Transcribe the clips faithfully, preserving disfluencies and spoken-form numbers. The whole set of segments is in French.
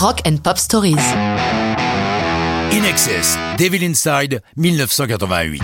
Rock and Pop Stories. In Excess, Devil Inside, dix-neuf cent quatre-vingt-huit.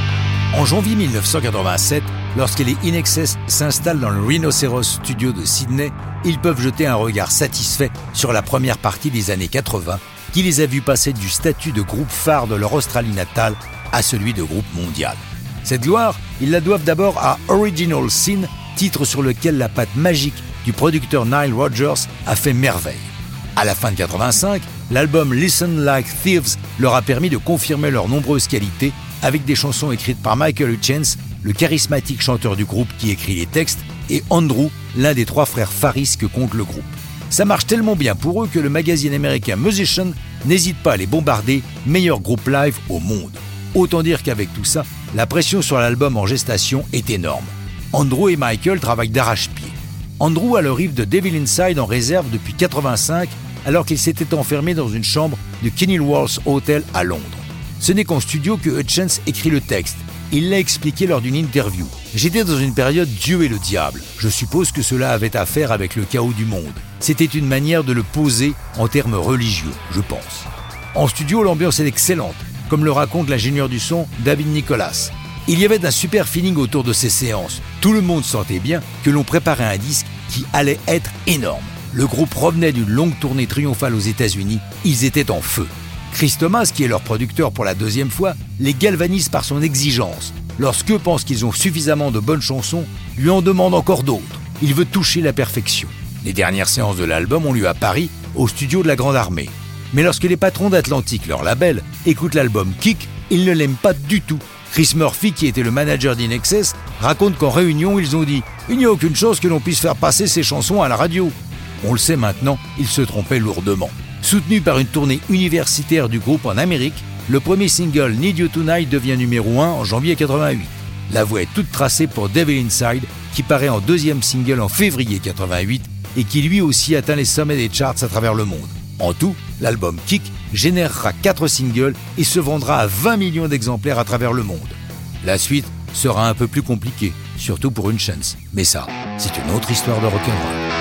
En janvier dix-neuf cent quatre-vingt-sept, lorsque les In Excess s'installent dans le Rhinoceros Studio de Sydney, ils peuvent jeter un regard satisfait sur la première partie des années quatre-vingts, qui les a vus passer du statut de groupe phare de leur Australie natale à celui de groupe mondial. Cette gloire, ils la doivent d'abord à Original Sin, titre sur lequel la patte magique du producteur Nile Rodgers a fait merveille. À la fin de quatre-vingt-cinq, l'album Listen Like Thieves leur a permis de confirmer leurs nombreuses qualités avec des chansons écrites par Michael Hutchence, le charismatique chanteur du groupe qui écrit les textes, et Andrew, l'un des trois frères Faris que compte le groupe. Ça marche tellement bien pour eux que le magazine américain Musician n'hésite pas à les bombarder meilleur groupe live au monde. Autant dire qu'avec tout ça, la pression sur l'album en gestation est énorme. Andrew et Michael travaillent d'arrache-pied. Andrew a le riff de Devil Inside en réserve depuis quatre-vingt-cinq, alors qu'il s'était enfermé dans une chambre du Kenilworth Hotel à Londres. Ce n'est qu'en studio que Hutchence écrit le texte. Il l'a expliqué lors d'une interview. « J'étais dans une période Dieu et le diable. Je suppose que cela avait à faire avec le chaos du monde. C'était une manière de le poser en termes religieux, je pense. » En studio, l'ambiance est excellente, comme le raconte l'ingénieur du son David Nicholas. Il y avait un super feeling autour de ces séances. Tout le monde sentait bien que l'on préparait un disque qui allait être énorme. Le groupe revenait d'une longue tournée triomphale aux États-Unis. Ils étaient en feu. Chris Thomas, qui est leur producteur pour la deuxième fois, les galvanise par son exigence. Lorsqu'eux pensent qu'ils ont suffisamment de bonnes chansons, lui en demande encore d'autres. Il veut toucher la perfection. Les dernières séances de l'album ont lieu à Paris, au studio de la Grande Armée. Mais lorsque les patrons d'Atlantic, leur label, écoutent l'album Kick, ils ne l'aiment pas du tout. Chris Murphy, qui était le manager d'In Excess, raconte qu'en réunion, ils ont dit « Il n'y a aucune chance que l'on puisse faire passer ces chansons à la radio ». On le sait maintenant, ils se trompaient lourdement. Soutenu par une tournée universitaire du groupe en Amérique, le premier single Need You Tonight devient numéro un en janvier quatre-vingt-huit. La voie est toute tracée pour Devil Inside, qui paraît en deuxième single en février quatre-vingt-huit et qui lui aussi atteint les sommets des charts à travers le monde. En tout, l'album Kick générera quatre singles et se vendra à vingt millions d'exemplaires à travers le monde. La suite sera un peu plus compliquée, surtout pour Hutchence. Mais ça, c'est une autre histoire de rock'n'roll.